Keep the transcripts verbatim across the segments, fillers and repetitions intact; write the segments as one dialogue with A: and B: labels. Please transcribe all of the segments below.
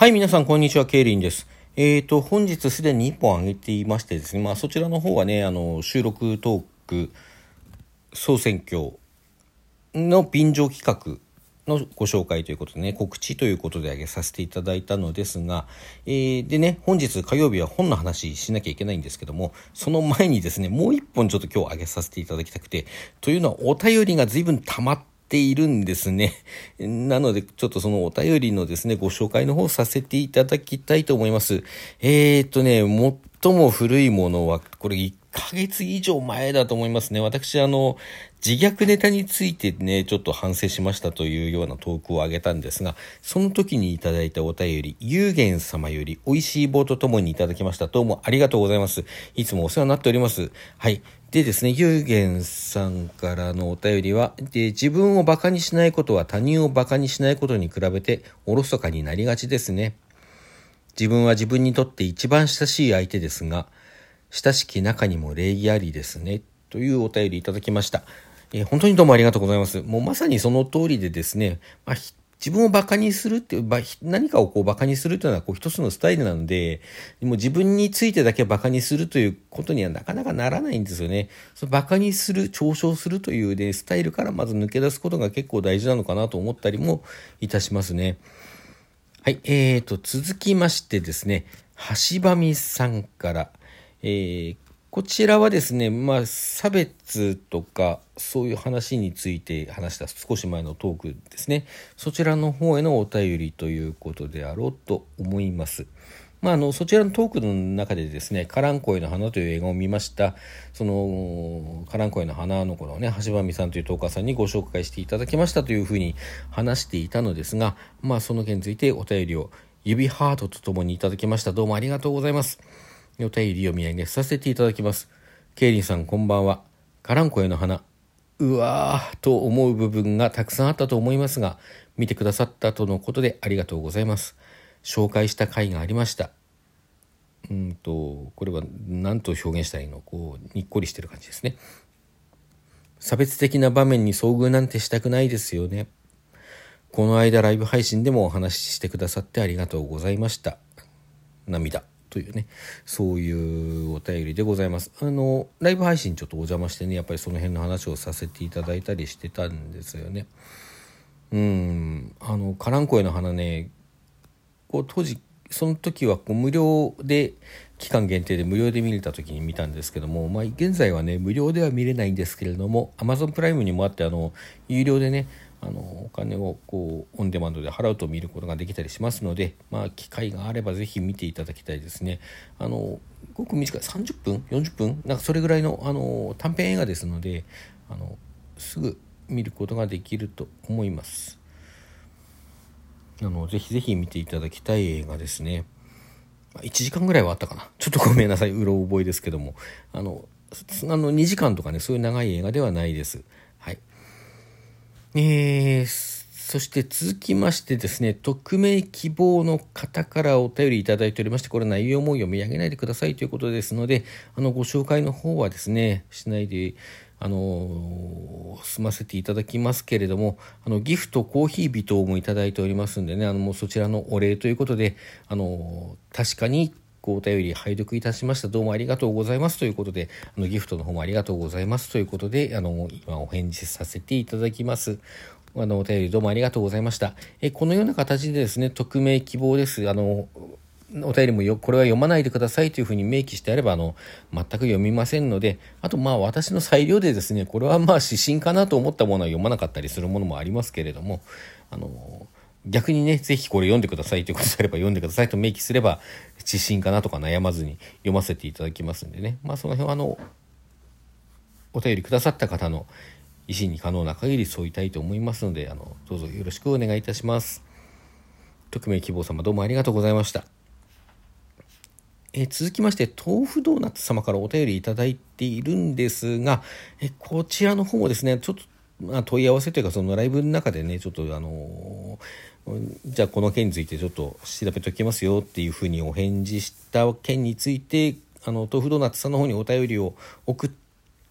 A: はい、皆さん、こんにちは。ケイリンです。えーと、本日すでにいっぽん上げていましてですね、まあ、そちらの方はね、あの、収録トーク、総選挙の便乗企画のご紹介ということでね、告知ということで上げさせていただいたのですが、えー、でね、本日火曜日は本の話しなきゃいけないんですけども、その前にですね、もういっぽんちょっと今日上げさせていただきたくて、というのはお便りが随分溜まってているんですね。なのでちょっとそのお便りのですねご紹介の方させていただきたいと思います。えーっとね最も古いものはこれいっかげつ以上前だと思いますね。私あの自虐ネタについてねちょっと反省しましたというようなトークをあげたんですが、その時にいただいたお便り、ゆうげん様より美味しい棒とともにいただきました。どうもありがとうございます。いつもお世話になっております。はい。でですね、ゆうげんさんからのお便りは、で自分をバカにしないことは他人をバカにしないことに比べておろそかになりがちですね。自分は自分にとって一番親しい相手ですが、親しき中にも礼儀ありですね。というお便りいただきました。えー、本当にどうもありがとうございます。もうまさにその通りでですね、まあ自分をバカにするっていう、何かをこうバカにするというのはこう一つのスタイルなので、もう自分についてだけバカにするということにはなかなかならないんですよね。そのバカにする、嘲笑するという、ね、スタイルからまず抜け出すことが結構大事なのかなと思ったりもいたしますね。はい、えーと、続きましてですね、橋場美さんから、えーこちらはですね、まあ、差別とかそういう話について話した少し前のトークですね。そちらの方へのお便りということであろうと思います。まあ、あのそちらのトークの中でですね、カランコエの花という映画を見ました。そのカランコエの花の頃ね、橋場美さんというトーカーさんにご紹介していただきましたというふうに話していたのですが、まあ、その件についてお便りを指ハートとともにいただきました。どうもありがとうございます。お便り読み上げさせていただきます。ケイリンさんこんばんは。カランコエの花、うわーと思う部分がたくさんあったと思いますが、見てくださったとのことでありがとうございます。紹介した回がありました。うんとこれは何と表現したらいいの、こうにっこりしてる感じですね。差別的な場面に遭遇なんてしたくないですよね。この間ライブ配信でもお話ししてくださってありがとうございました。涙というね、そういうお便りでございます。あのライブ配信ちょっとお邪魔してね、やっぱりその辺の話をさせていただいたりしてたんですよね。うんあのカランコエの花ね、こう当時その時はこう無料で期間限定で無料で見れた時に見たんですけども、まあ、現在はね無料では見れないんですけれども Amazon プライムにもあって、あの有料でねあのお金をこうオンデマンドで払うと見ることができたりしますので、まあ、機会があればぜひ見ていただきたいですね。あのごく短いさんじゅっぷんよんじゅっぷんなんかそれぐらいの、あの短編映画ですので、あのすぐ見ることができると思います。あのぜひぜひ見ていただきたい映画ですね。いちじかんぐらいはあったかな、ちょっとごめんなさい、うろ覚えですけども、あのあのにじかんとかね、そういう長い映画ではないです。はい。えー、そして続きましてですね、匿名希望の方からお便りいただいておりまして、これ内容も読み上げないでくださいということですので、あのご紹介の方はですねしないであの済ませていただきますけれども、あのギフトコーヒー微糖もいただいておりますんでね、あのもうそちらのお礼ということで、あの確かにお便り拝読いたしました。どうもありがとうございますということで、あのギフトの方もありがとうございますということで、あの今お返事させていただきます。あのお便りどうもありがとうございました。えこのような形でですね、匿名希望です。あのお便りもよこれは読まないでくださいというふうに明記してあれば、あの全く読みませんので、あとまあ私の裁量でですね、これはまあ指針かなと思ったものは読まなかったりするものもありますけれども、あの逆にね、ぜひこれ読んでくださいということであれば読んでくださいと明記すれば指針かなとか悩まずに読ませていただきますんでね、まあその辺はあのお便りくださった方の意思に可能な限り添いたいと思いますので、あのどうぞよろしくお願いいたします。匿名希望様どうもありがとうございました。え続きまして豆腐ドーナツ様からお便りいただいているんですが、えこちらの方もですねちょっと、まあ、問い合わせというかそのライブの中でねちょっとあのー、じゃあこの件についてちょっと調べておきますよっていうふうにお返事した件について、あの豆腐ドーナツさんの方にお便りを送っ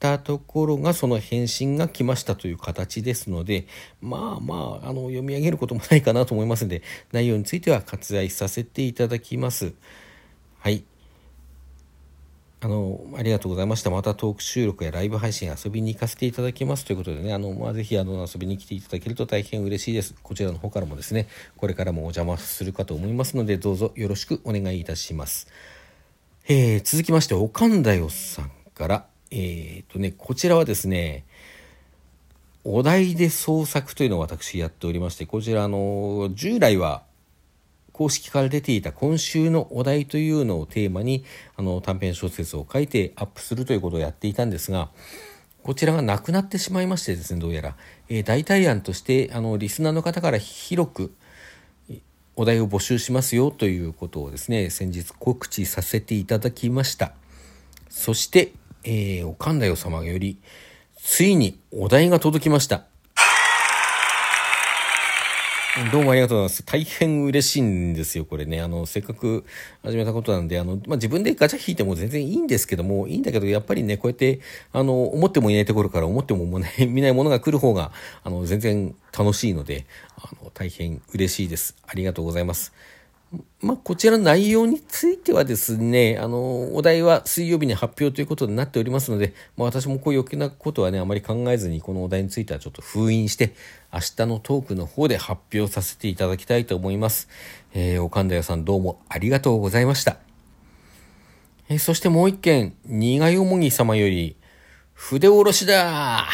A: たところがその返信が来ましたという形ですので、まあまあ、あの読み上げることもないかなと思いますので、内容については割愛させていただきます。はい。あのありがとうございました。またトーク収録やライブ配信遊びに行かせていただきますということでね、あの、まあ、ぜひあの遊びに来ていただけると大変嬉しいです。こちらの方からもですね、これからもお邪魔するかと思いますので、どうぞよろしくお願いいたします。えー、続きまして、おかんだよさんから、えーとね、こちらはですね、お題で創作というのを私やっておりまして、こちらあの従来は公式から出ていた今週のお題というのをテーマにあの短編小説を書いてアップするということをやっていたんですが、こちらがなくなってしまいましてですね、どうやら、えー、代替案としてあのリスナーの方から広くお題を募集しますよということをですね、先日告知させていただきました。そして、えー、おかんだよ様よりついにお題が届きました。どうもありがとうございます。大変嬉しいんですよ、これね。あの、せっかく始めたことなんで、あの、まあ、自分でガチャ引いても全然いいんですけども、いいんだけど、やっぱりね、こうやって、あの、思ってもいないところから思っても見ないものが来る方が、あの、全然楽しいので、あの、大変嬉しいです。ありがとうございます。まあ、こちらの内容についてはですね、あの、お題は水曜日に発表ということになっておりますので、まあ、私もこういう余計なことはね、あまり考えずに、このお題についてはちょっと封印して、明日のトークの方で発表させていただきたいと思います。えー、おかんだよさんどうもありがとうございました。えー、そしてもう一件、苦よもぎ様より、筆下ろしだ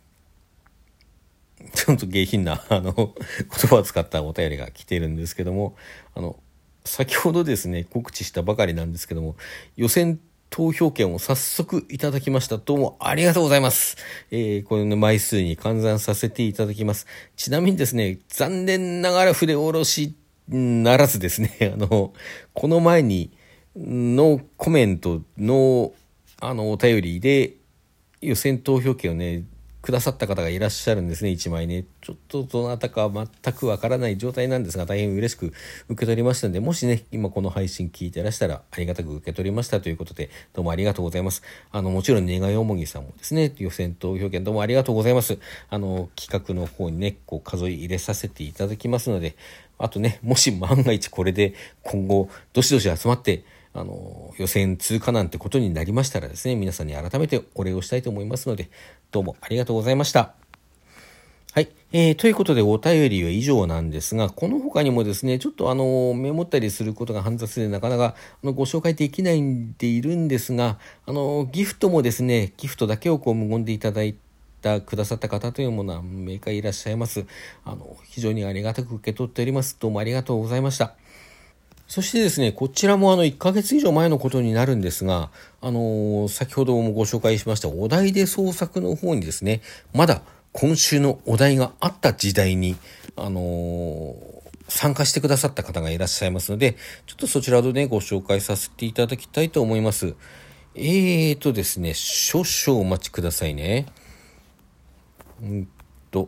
A: ーちょっと下品な、あの、言葉を使ったお便りが来ているんですけども、あの、先ほどですね、告知したばかりなんですけども、予選投票権を早速いただきました。どうもありがとうございます。えー、これの枚数に換算させていただきます。ちなみにですね、残念ながら筆下ろしならずですね、あの、この前にのコメントの、あの、お便りで予選投票権をね、くださった方がいらっしゃるんですね、いちまいね。ちょっとどなたか全くわからない状態なんですが、大変嬉しく受け取りましたので、もしね、今この配信聞いてらしたらありがたく受け取りましたということで、どうもありがとうございます。あの、もちろん願いおもぎさんもですね、予選投票権どうもありがとうございます。あの、企画の方にね、こう数え入れさせていただきますので、あとね、もし万が一これで今後、どしどし集まって、あの予選通過なんてことになりましたらですね、皆さんに改めてお礼をしたいと思いますので、どうもありがとうございました。はい、えー、ということでお便りは以上なんですが、この他にもですね、ちょっとあのメモったりすることが煩雑でなかなかあのご紹介できないんでいるんですが、あのギフトもですね、ギフトだけをこう無言でいただいてくださった方というものは何名かいらっしゃいます。あの非常にありがたく受け取っております。どうもありがとうございました。そしてですね、こちらもあのいっかげつ以上前のことになるんですが、あのー、先ほどもご紹介しましたお題で創作の方にですね、まだ今週のお題があった時代に、あのー、参加してくださった方がいらっしゃいますので、ちょっとそちらでね、ご紹介させていただきたいと思います。えーとですね、少々お待ちくださいね。うんと、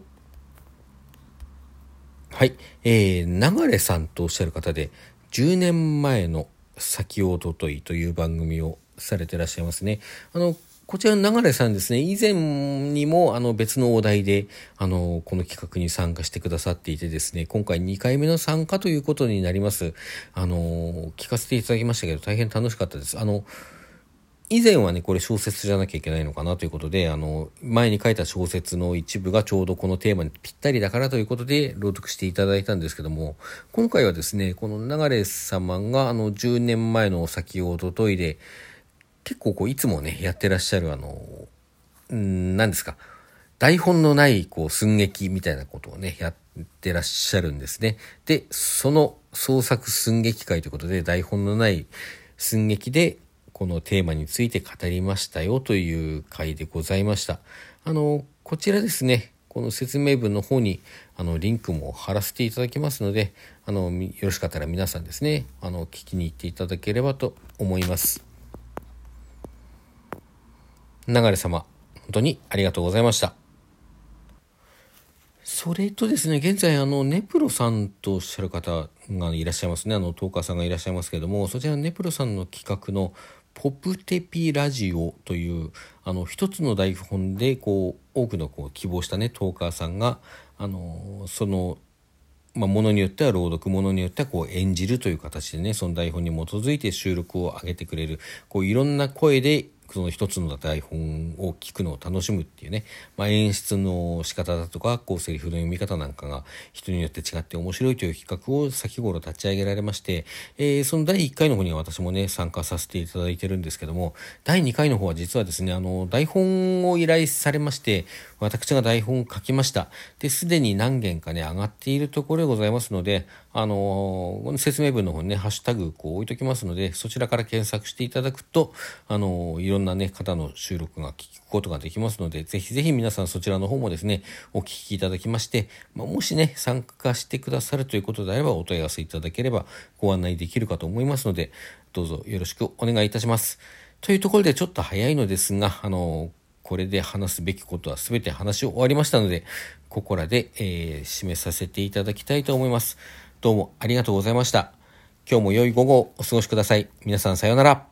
A: はい、えー、流さんとおっしゃる方で、じゅうねんまえの先おとといという番組をされていらっしゃいますね。あの、こちらの流さんですね、以前にもあの別のお題であのこの企画に参加してくださっていてですね、今回にかいめの参加ということになります。あの、聞かせていただきましたけど、大変楽しかったです。あの、以前はね、これ小説じゃなきゃいけないのかなということで、あの、前に書いた小説の一部がちょうどこのテーマにぴったりだからということで朗読していただいたんですけども、今回はですね、この流様があのじゅうねんまえの先ほどといで、結構こういつもね、やってらっしゃるあの、ん何ですか、台本のないこう寸劇みたいなことをね、やってらっしゃるんですね。で、その創作寸劇会ということで、台本のない寸劇で、このテーマについて語りましたよという回でございました。あの、こちらですね、この説明文の方にあのリンクも貼らせていただきますので、あのよろしかったら皆さんですね、あの聞きに行っていただければと思います。流様、本当にありがとうございました。それとですね、現在あのネプロさんとおっしゃる方がいらっしゃいますね。あのトーカーさんがいらっしゃいますけれども、そちらのネプロさんの企画のポプテピラジオというあの一つの台本でこう多くのこう希望したねトーカーさんがあのそのまあ、ものによっては朗読、ものによってはこう演じるという形でね、その台本に基づいて収録を上げてくれる、こういろんな声でその一つの台本を聞くのを楽しむっていうね、まあ、演出の仕方だとか、こうセリフの読み方なんかが人によって違って面白いという企画を先頃立ち上げられまして、えー、そのだいいっかいの方には私もね、参加させていただいてるんですけども、だいにかいの方は実はですね、あの、台本を依頼されまして、私が台本を書きました。で、すでに何件かね、上がっているところでございますので、あの、説明文の方にね、ハッシュタグこう置いときますので、そちらから検索していただくと、あの、いろんなね、方の収録が聞くことができますので、ぜひぜひ皆さんそちらの方もですね、お聞きいただきまして、まあ、もしね、参加してくださるということであれば、お問い合わせいただければご案内できるかと思いますので、どうぞよろしくお願いいたします。というところでちょっと早いのですが、あの、これで話すべきことは全て話し終わりましたので、ここらで、えー、締めさせていただきたいと思います。どうもありがとうございました。今日も良い午後をお過ごしください。皆さんさようなら。